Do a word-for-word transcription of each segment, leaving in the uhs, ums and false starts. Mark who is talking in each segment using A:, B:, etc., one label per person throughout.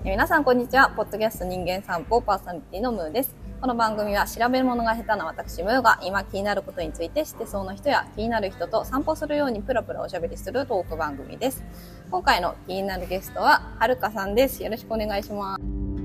A: 皆さんこんにちは。ポッドキャスト人間散歩パーソナリティのムーです。この番組は調べるものが下手な私ムーが今気になることについて知ってそうな人や気になる人と散歩するようにプラプラおしゃべりするトーク番組です。今回の気になるゲストははるかさんです。よろしくお願いします。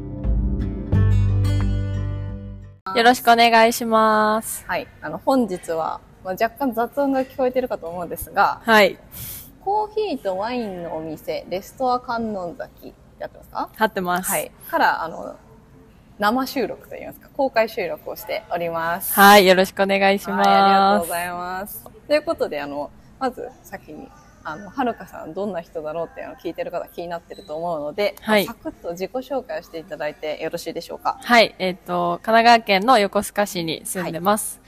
B: よろしくお願いします。
A: はい。あの、本日は、まあ、若干雑音が聞こえてるかと思うんですが、
B: はい。
A: コーヒーとワインのお店、レストア観音崎、やってますか？
B: 貼ってます。
A: はい。から、あの、生収録といいますか、公開収録をしております。
B: はい。よろしくお願いします。
A: はい、ありがとうございます。ということで、あの、まず先に、あの、はるかさんどんな人だろうっていうのを聞いてる方気になってると思うので、はい、サクッと自己紹介をしていただいてよろしいでしょうか？
B: はい。えっと、神奈川県の横須賀市に住んでます。はい、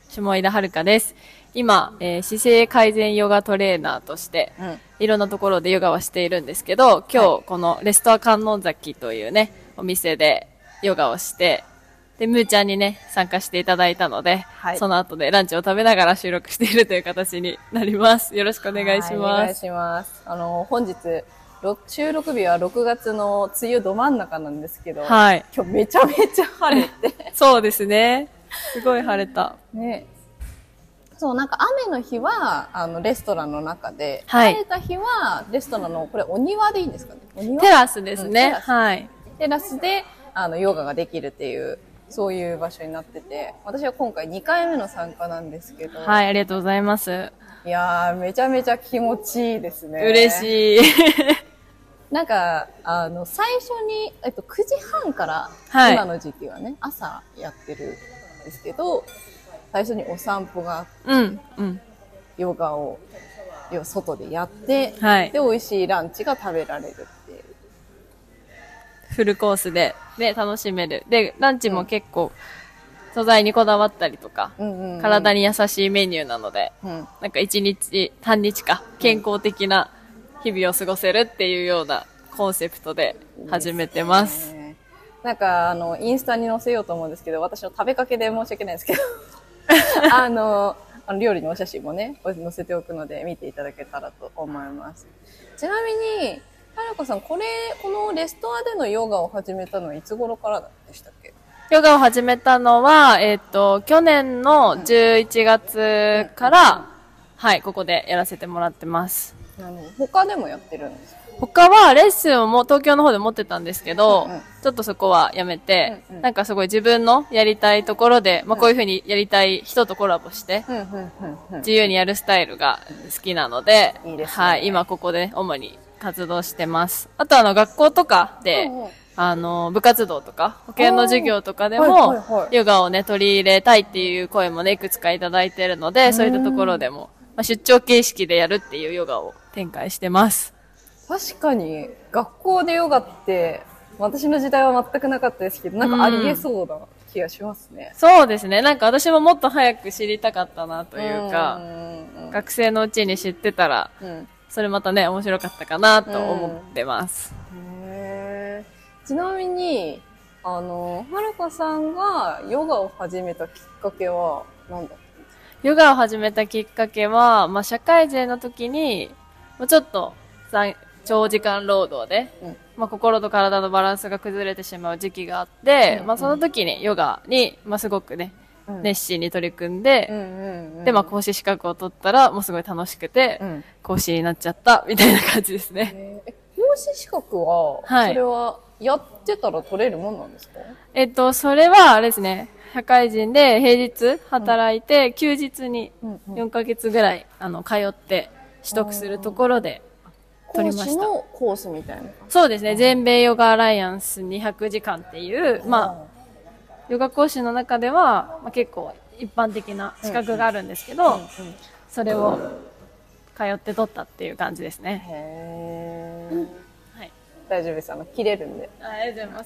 B: 下井田はるかです。今、えー、姿勢改善ヨガトレーナーとして、うん、いろんなところでヨガはしているんですけど、今日、このレストア観音崎というね、お店でヨガをして、で、むーちゃんにね、参加していただいたので、はい、その後でランチを食べながら収録しているという形になります。よろしくお願いします。
A: はい、お願いします。あの、本日、収録日はろくがつの梅雨ど真ん中なんですけど、はい、今日めちゃめちゃ晴れて。
B: そうですね。すごい晴れた。
A: ね。そう、なんか雨の日は、あの、レストランの中で、はい、晴れた日は、レストランの、これお庭でいいんですかね？お庭？
B: テラスですね。うん、はい。
A: テラスで、あの、ヨガができるっていう、そういう場所になってて、私は今回にかいめの参加なんですけど。
B: はい、ありがとうございます。
A: いやー、めちゃめちゃ気持ちいいですね。
B: 嬉しい。
A: なんか、あの、最初に、えっと、くじはんから、はい、今の時期はね、朝やってるんですけど、最初にお散歩があって、うんうん、ヨガを要は外でやって、はい、で、美味しいランチが食べられるっていう。
B: フルコースで、で、楽しめる。で、ランチも結構、素材にこだわったりとか、うんうんうん、体に優しいメニューなので、うん、なんか一日、半日か、健康的な日々を過ごせるっていうようなコンセプトで始めてます。
A: いいですね。なんか、あの、インスタに載せようと思うんですけど、私の食べかけで申し訳ないんですけど、あの、あの料理のお写真もね、載せておくので見ていただけたらと思います。ちなみに、はるかさん、これ、このレストアでのヨガを始めたのはいつ頃からでしたっけ？
B: ヨガを始めたのは、えっと、去年のじゅういちがつから、うんうん、はい、ここでやらせてもらってます。
A: あの他でもやってるんですか？
B: 他はレッスンをも東京の方で持ってたんですけど、うんうん、ちょっとそこはやめて、うんうん、なんかすごい自分のやりたいところで、まあこういう風にやりたい人とコラボして、自由にやるスタイルが好きなので、いいですね、はい、今ここで主に活動してます。あとあの学校とかで、うんうん、あの部活動とか保健の授業とかでも、はいはいはい、ヨガをね取り入れたいっていう声もねいくつかいただいているので、そういったところでも、まあ、出張形式でやるっていうヨガを展開してます。
A: 確かに学校でヨガって私の時代は全くなかったですけど、なんかありえそうな気がしますね。
B: うん、そうですね。なんか私ももっと早く知りたかったなというか、うんうんうん、学生のうちに知ってたら、うん、それまたね面白かったかなと思ってます。
A: うん、へー。ちなみにあのはるかさんがヨガを始めたきっかけは何だったんですか？
B: ヨガを始めたきっかけは、まあ社会人の時にもうちょっと長時間労働で、うん、まあ、心と体のバランスが崩れてしまう時期があって、うんうん、まあ、その時にヨガに、まあ、すごくね、うん、熱心に取り組んで、うんうんうん、で、まあ、講師資格を取ったら、もうすごい楽しくて、うん、講師になっちゃった、みたいな感じですね。
A: えー、講師資格は、はい、それは、やってたら取れるもんなんですか？
B: えっと、それは、あれですね、社会人で平日働いて、うん、休日によんかげつぐらい、あの、通って取得するところで、
A: 講師のコースみたいな。
B: そうですね。全米ヨガアライアンスにひゃくじかんっていう、まあ、ヨガ講師の中では、まあ、結構一般的な資格があるんですけど、うんうん、それを通って取ったっていう感じですね。
A: へー、うん、はい。大丈夫です。あの、切れるんで。
B: ありがとうございます。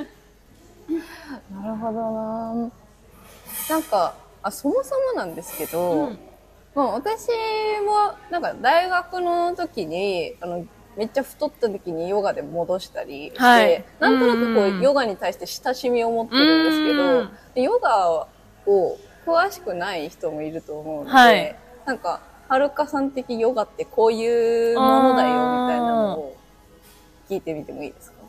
A: なるほどな。なんか、あ、そもそもなんですけど、うん、まあ、私もなんか大学の時にあのめっちゃ太った時にヨガで戻したりして、はい、なんとなくこうヨガに対して親しみを持ってるんですけど、ヨガを詳しくない人もいると思うので、はい、なんかはるかさん的ヨガってこういうものだよみたいなのを聞いてみてもいいですか？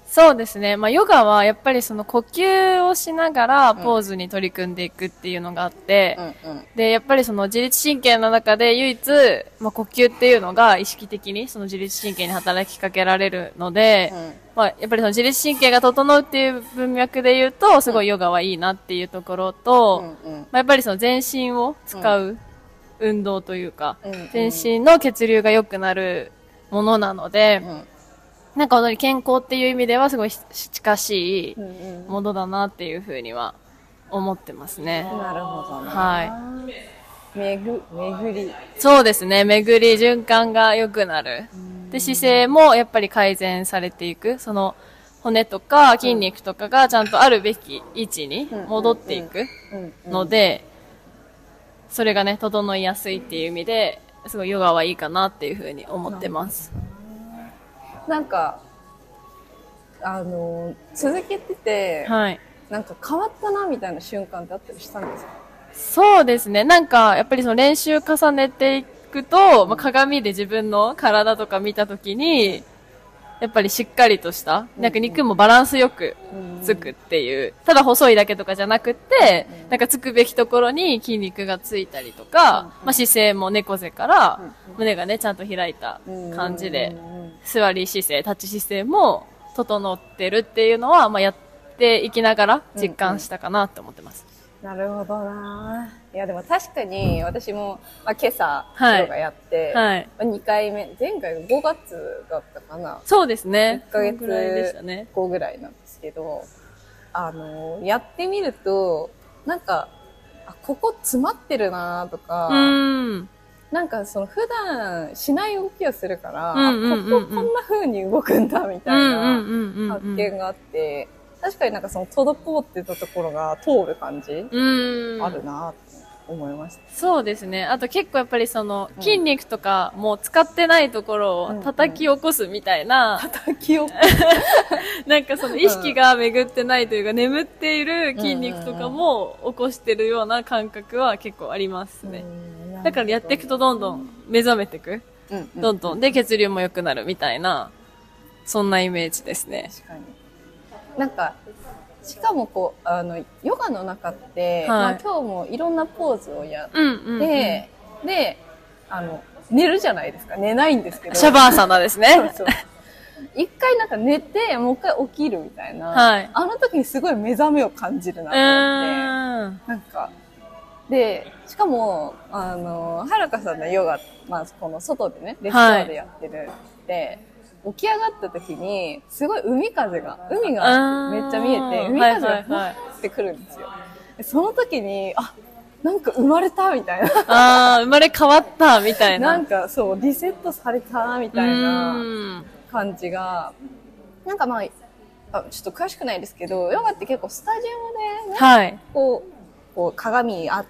B: そうですね。まあ、ヨガはやっぱりその呼吸をしながらポーズに取り組んでいくっていうのがあって、うんうん、で、やっぱりその自律神経の中で唯一、まあ、呼吸っていうのが意識的にその自律神経に働きかけられるので、うん、まあ、やっぱりその自律神経が整うっていう文脈で言うと、すごいヨガはいいなっていうところと、うんうん、まあ、やっぱりその全身を使う運動というか、うんうん、全身の血流が良くなるものなので、うん、なんか本当に健康っていう意味ではすごい近しいものだなっていうふうには思ってますね。
A: なるほどね。
B: はい。
A: めぐ、巡り。
B: そうですね。巡り、循環が良くなる。で、姿勢もやっぱり改善されていく。その骨とか筋肉とかがちゃんとあるべき位置に戻っていくので、それがね、整いやすいっていう意味で、すごいヨガはいいかなっていうふうに思ってます。
A: なんか、あの、続けてて、はい。なんか変わったなみたいな瞬間ってあったりしたんですか？
B: そうですね。なんか、やっぱりその練習重ねていくと、うん、まあ、鏡で自分の体とか見たときに、やっぱりしっかりとした、なんか肉もバランスよくつくっていう、ただ細いだけとかじゃなくて、なんかつくべきところに筋肉がついたりとか、まあ、姿勢も猫背から胸がね、ちゃんと開いた感じで、座り姿勢、立ち姿勢も整ってるっていうのは、まあ、やっていきながら実感したかなと思ってます。
A: なるほどな。いやでも確かに私も、まあ、今朝ヨガやって、はい、まあ、にかいめ、前回がごがつだったかな。
B: そうですね。
A: いっかげつごぐらいなんですけど、あの、やってみると、なんか、あ、ここ詰まってるなとか、うんなんかその普段しない動きをするから、うんうんうんうん、こここんな風に動くんだみたいな発見があって、確かになんかその滞ってたところが通る感じあるなって思いました。
B: そうですね。あと結構やっぱりその筋肉とかも使ってないところを叩き起こすみたいな。
A: うんうん、叩き起こ
B: すなんかその意識が巡ってないというか、眠っている筋肉とかも起こしてるような感覚は結構ありますね。だからやっていくとどんどん目覚めていく。うんうんうん、どんどん。で血流も良くなるみたいな、そんなイメージですね。
A: 確かに。なんか、しかもこう、あの、ヨガの中って、はい、まあ今日もいろんなポーズをやって、うんうんうん、で、あの、寝るじゃないですか。寝ないんですけど。
B: シャバーサナですね。そうそう。
A: 一回なんか寝て、もう一回起きるみたいな。はい。あの時にすごい目覚めを感じるなと思って。なんか、で、しかも、あの、はるかさんのヨガ、まあこの外でね、レストランでやってるって、はい起き上がった時に、すごい海風が、海がめっちゃ見えて、海風がふわってくるんですよ。その時に、あ、なんか生まれたみたいな。
B: ああ、生まれ変わったみたいな。
A: なんかそう、リセットされたみたいな感じが、なんかまあ、あちょっと詳しくないですけど、ヨガって結構スタジオでね、はい、こう、こう鏡あって、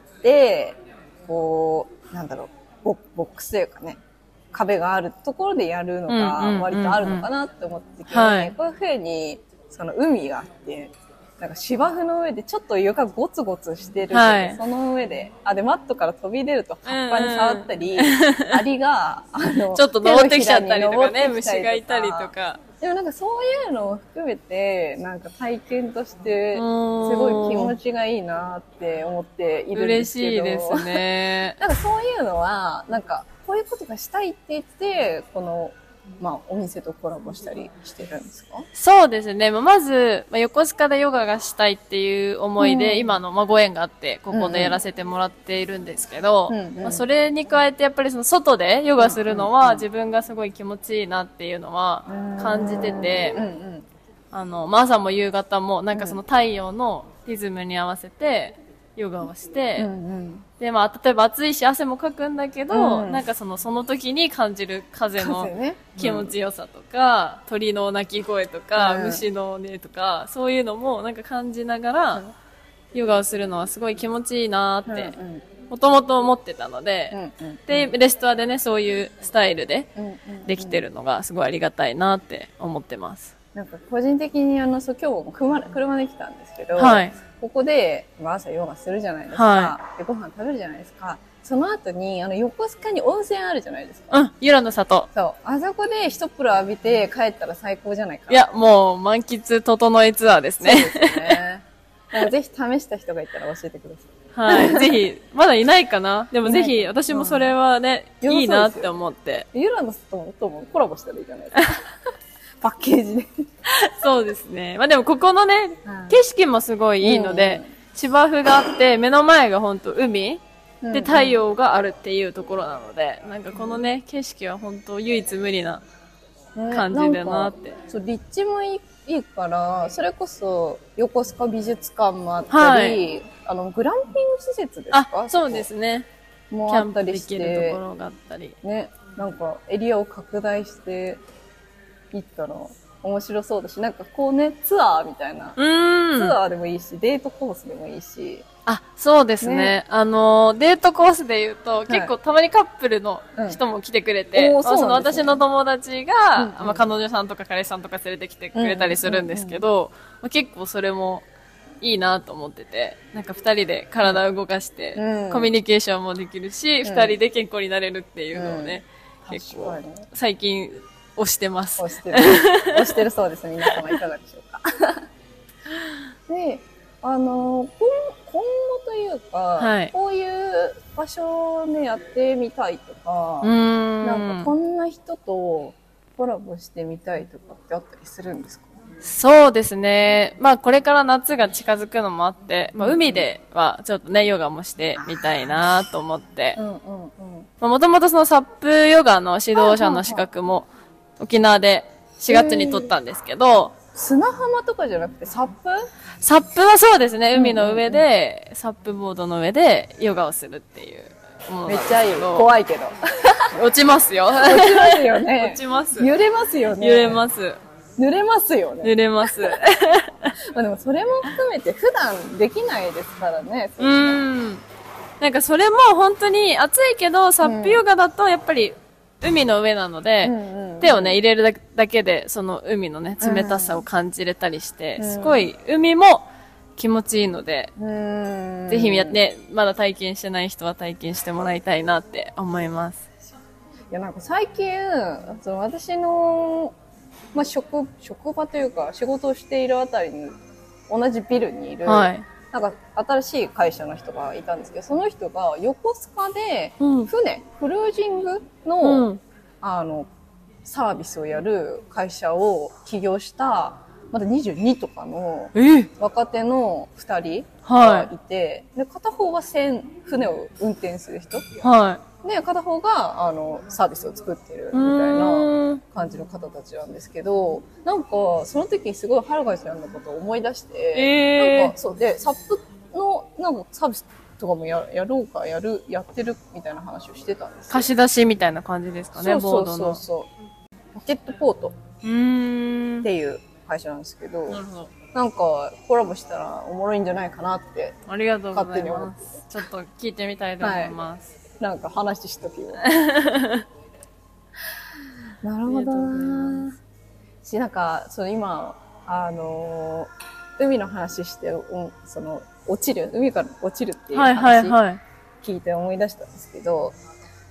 A: こう、なんだろう、ボ、ボックスというかね、壁があるところでやるのが割とあるのかなって思ってて、こういう風にその海があって、なんか芝生の上でちょっと床ゴツゴツしてるけど、はい、その上で、あ、で、マットから飛び出ると葉っぱに触ったり、アリが、あの、
B: ちょっと登ってきちゃったりとかね、虫がいたりとか。
A: でもなんかそういうのを含めて、なんか体験として、すごい気持ちがいいなって思っているんですけど。
B: 嬉しいですね。
A: なんかそういうのは、なんか、こういうことがしたいって言って、この、まあ、お店とコラボしたりしてるんですか？
B: そうですね。まず、まあ、横須賀でヨガがしたいっていう思いで、うん、今の、まあ、ご縁があって、ここでやらせてもらっているんですけど、うんうんまあ、それに加えて、やっぱりその外でヨガするのは、自分がすごい気持ちいいなっていうのは感じてて、うんうん、あの、まあ、朝も夕方も、なんかその太陽のリズムに合わせて、ヨガをして、うんうん、で、まあ、例えば暑いし汗もかくんだけど、うん、なんかその、その時に感じる風の気持ちよさとか、うん、鳥の鳴き声とか、うん、虫の音とか、そういうのもなんか感じながら、うん、ヨガをするのはすごい気持ちいいなーって、もともと思ってたので、うんうん、で、レストラでね、そういうスタイルでできてるのがすごいありがたいなって思ってます。
A: なんか個人的にあの、そう、今日も車、車で来たんですけど、はい、ここで、まあ、朝ヨガするじゃないですか、はい、でご飯食べるじゃないですか。 その後に、あの、横須賀に温泉あるじゃないですか。
B: うん、ユラの里。
A: そう。あそこで一風呂浴びて帰ったら最高じゃないかな。
B: いや、もう満喫整えツアーですね。
A: そうですね。だからぜひ試した人がいたら教えてくだ
B: さい。はい。ぜひ、まだいないかなでもぜひ、私もそれはね、うん、いいなって思って。
A: ユラの里ともコラボしたらいいじゃないですか。パッケージで。
B: そうですね。まあでもここのね、うん、景色もすごいいいので、うんうん、芝生があって、目の前が本当海で太陽があるっていうところなので、なんかこのね、景色は本当唯一無二な感じだなって。ね、
A: そう、立地もいいいいから、それこそ横須賀美術館もあったり、はい、あの、グランピング施設ですか？
B: あ、そうですね。
A: もあったりして。
B: キャンプできるところがあったり。
A: ね、なんかエリアを拡大していったら面白そうだし、なんかこうね、ツアーみたいな。うん。ツアーでもいいし、デートコースでもいいし。
B: あ、そうですね。ね、あの、デートコースで言うと、はい、結構たまにカップルの人も来てくれて、うんまあ、その私の友達が、うんうん、まあ、彼女さんとか彼氏さんとか連れてきてくれたりするんですけど、まあ、結構それもいいなと思ってて、なんか二人で体を動かして、うん、コミュニケーションもできるし、二、うん、人で健康になれるっていうのをね、うん、結構、最近推してます。
A: 推してる。推してるそうです。皆様いかがでしょうか。で、あの、今後というか、はい、こういう場所をね、やってみたいとか、なんかこんな人とコラボしてみたいとかってあったりするんですか？
B: そうですね。まあこれから夏が近づくのもあって、まあ海ではちょっとね、ヨガもしてみたいなと思って。もともとそのサップヨガの指導者の資格も沖縄でしがつに取ったんですけど、
A: 砂浜とかじゃなくてサップ？
B: サップはそうですね。海の上で、サップボードの上でヨガをするっていうものなんですけど。
A: めっちゃいい。怖いけど。
B: 落ちますよ。
A: 落ちますよね。
B: 落ちます。
A: 揺れますよね。
B: 揺れます。
A: 濡れますよね。
B: 濡れます。
A: まあでもそれも含めて普段できないですからね。
B: うーん。なんかそれも本当に暑いけど、サップヨガだとやっぱり海の上なので、うん手をね、入れるだけで、その海のね、冷たさを感じれたりして、うん、すごい海も気持ちいいので、うん、ぜひやね、まだ体験してない人は体験してもらいたいなって思います。
A: いや、なんか最近、その私の、まあ、職、職場というか仕事をしているあたりに、同じビルにいる、はい、なんか新しい会社の人がいたんですけど、その人が横須賀で船、うん、クルージングの、うん、あの、サービスをやる会社を起業した、まだにじゅうにとかの若手のふたりがいて、はい、で、片方は船、船を運転する人。はい。で、片方が、あの、サービスを作ってるみたいな感じの方たちなんですけど、なんか、その時にすごいハルガイさんのことを思い出して、えー、なんか、そうで、サップの、なんかサービスとかも や, やろうか、やる、やってるみたいな話をしてたんですよ。
B: 貸し出しみたいな感じですかね、ボードの。そうそうそう。
A: ポケットポートっていう会社なんですけど、なるほど。なんかコラボしたらおもろいんじゃないかなって
B: ありがとうございます。ちょっと聞いてみたいと思います。
A: はい、なんか話しときを。なるほどな。し、なんかその今あの海の話してその落ちる海から落ちるっていう話聞いて思い出したんですけど、はいはいはい、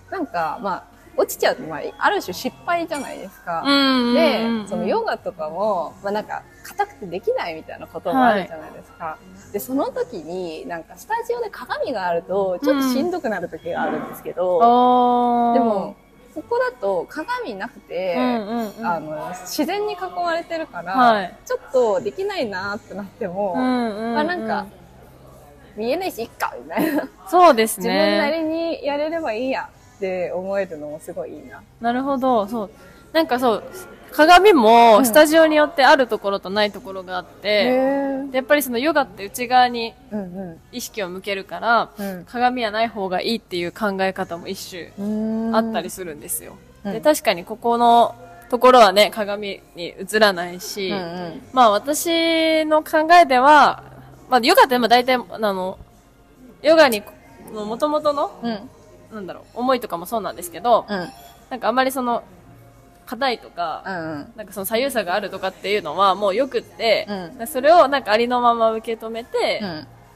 A: なんかまあ。落ちちゃうと、まあ、ある種失敗じゃないですか。で、そのヨガとかも、まあなんか、硬くてできないみたいなこともあるじゃないですか。はい、で、その時に、なんか、スタジオで鏡があると、ちょっとしんどくなる時があるんですけど、うん、でも、ここだと鏡なくて、うんうんうん、あの、自然に囲まれてるから、はい、ちょっとできないなってなっても、うんうんうん、まあなんか、見えないし、いっかみたいな。
B: そうですね。
A: 自分なりにやれればいいや。って思えるのもすごいいいな。
B: なるほど、そう。なんかそう、鏡もスタジオによってあるところとないところがあって、うん、でやっぱりそのヨガって内側に意識を向けるから、うん、鏡はない方がいいっていう考え方も一種あったりするんですよ。うん、で確かにここのところはね、鏡に映らないし、うんうん、まあ私の考えでは、まあヨガっても大体、あの、ヨガに、もともとの、うんなんだろう、思いとかもそうなんですけど、うん、なんかあんまりその、硬いとか、うんうん、なんかその左右差があるとかっていうのはもうよくって、うん、それをなんかありのまま受け止めて、うん、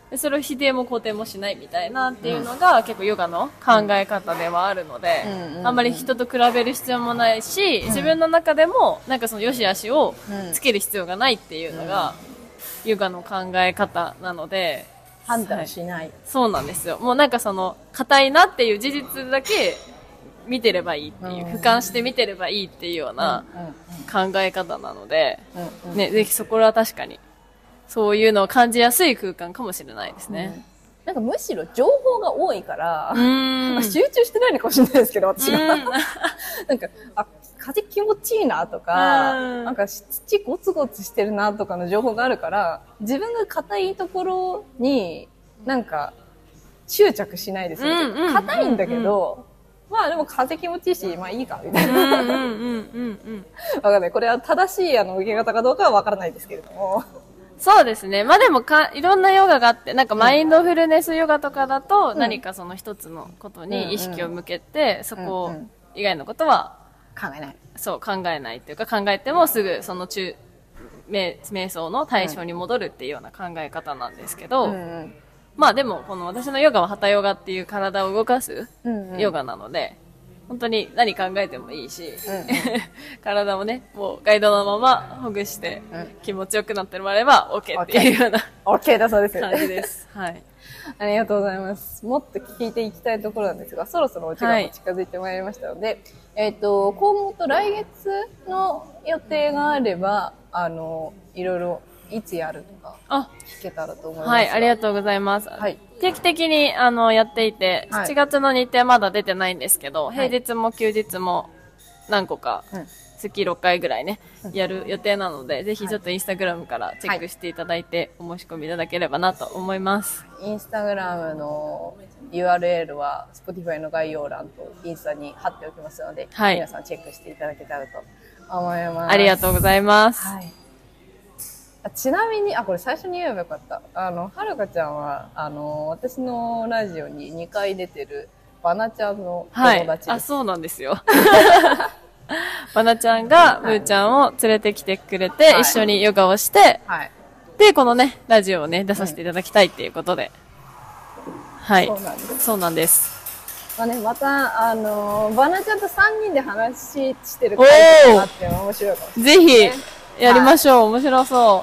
B: でそれを否定も肯定もしないみたいなっていうのが、うん、結構ヨガの考え方ではあるので、うん、あんまり人と比べる必要もないし、うん、自分の中でもなんかその良し悪しをつける必要がないっていうのが、うん、ヨガの考え方なので、
A: 判断しない、はい、
B: そうなんですよ。もうなんかその硬いなっていう事実だけ見てればいいっていう、うん、俯瞰して見てればいいっていうような考え方なので、うんうん、ね、ぜひそこは確かにそういうのを感じやすい空間かもしれないですね。うん、
A: なんかむしろ情報が多いから、まあ、集中してないのかもしれないですけど、私が。なんか、あ、風気持ちいいなとか、なんか土ゴツゴツしてるなとかの情報があるから、自分が硬いところになんか執着しないですよね。硬いんだけど、まあでも風気持ちいいし、まあいいか、みたいな。わかんない。これは正しいあの受け方かどうかはわからないですけれども。
B: そうですね。まあでもか、いろんなヨガがあって、なんかマインドフルネスヨガとかだと、何かその一つのことに意識を向けて、そこ以外のことは
A: 考えない。
B: そう、考えないっていうか、考えてもすぐその中、瞑想の対象に戻るっていうような考え方なんですけど、うんうん、まあでも、この私のヨガはハタヨガっていう体を動かすヨガなので、本当に何考えてもいいし、うんうん、体をね、もうガイドのままほぐして気持ちよくなってもらえば OK っていうような
A: OK だそうです。
B: 感じです。はい。
A: ありがとうございます。もっと聞いていきたいところなんですが、そろそろお時間も近づいてまいりましたので、はい、えっと、今後と来月の予定があれば、あの、いろいろいつやるとか聞けたらと思います。
B: はい、ありがとうございます。はい、定期的にあのやっていて、はい、しちがつの日程はまだ出てないんですけど、はい、平日も休日も何個か、うん、月ろっかいぐらいね、うん、やる予定なので、ぜひちょっとインスタグラムからチェックしていただいて、はい、お申し込みいただければなと思います。
A: インスタグラムの ユーアールエル は Spotify の概要欄とインスタに貼っておきますので、はい、皆さんチェックしていただけたらと思います。
B: ありがとうございます。はい、
A: ちなみに、あ、これ最初に言えばよかった。あの、はるかちゃんは、あの、私のラジオににかい出てる、バナちゃんの友達です。はい、
B: あ、そうなんですよ。バナちゃんが、ムーちゃんを連れてきてくれて、はい、一緒にヨガをして、はい、で、このね、ラジオをね、出させていただきたいっていうことで。うん、はい。そうなんです。そうなんです。
A: まあね、また、あの、バナちゃんとさんにんで話してる回があって面白いかもしれない、ね。
B: ぜひ、やりましょう。はい、面白そう。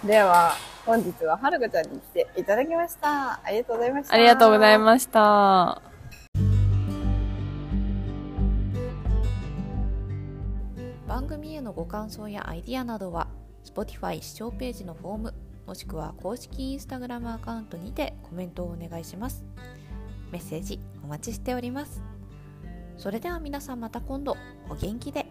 A: では、本日ははるかちゃんに来ていただきました。ありがとうございました。
B: ありがとうございました。
C: 番組へのご感想やアイディアなどは Spotify 視聴ページのフォームもしくは公式 Instagram アカウントにてコメントをお願いします。メッセージお待ちしております。それでは皆さんまた今度お元気で。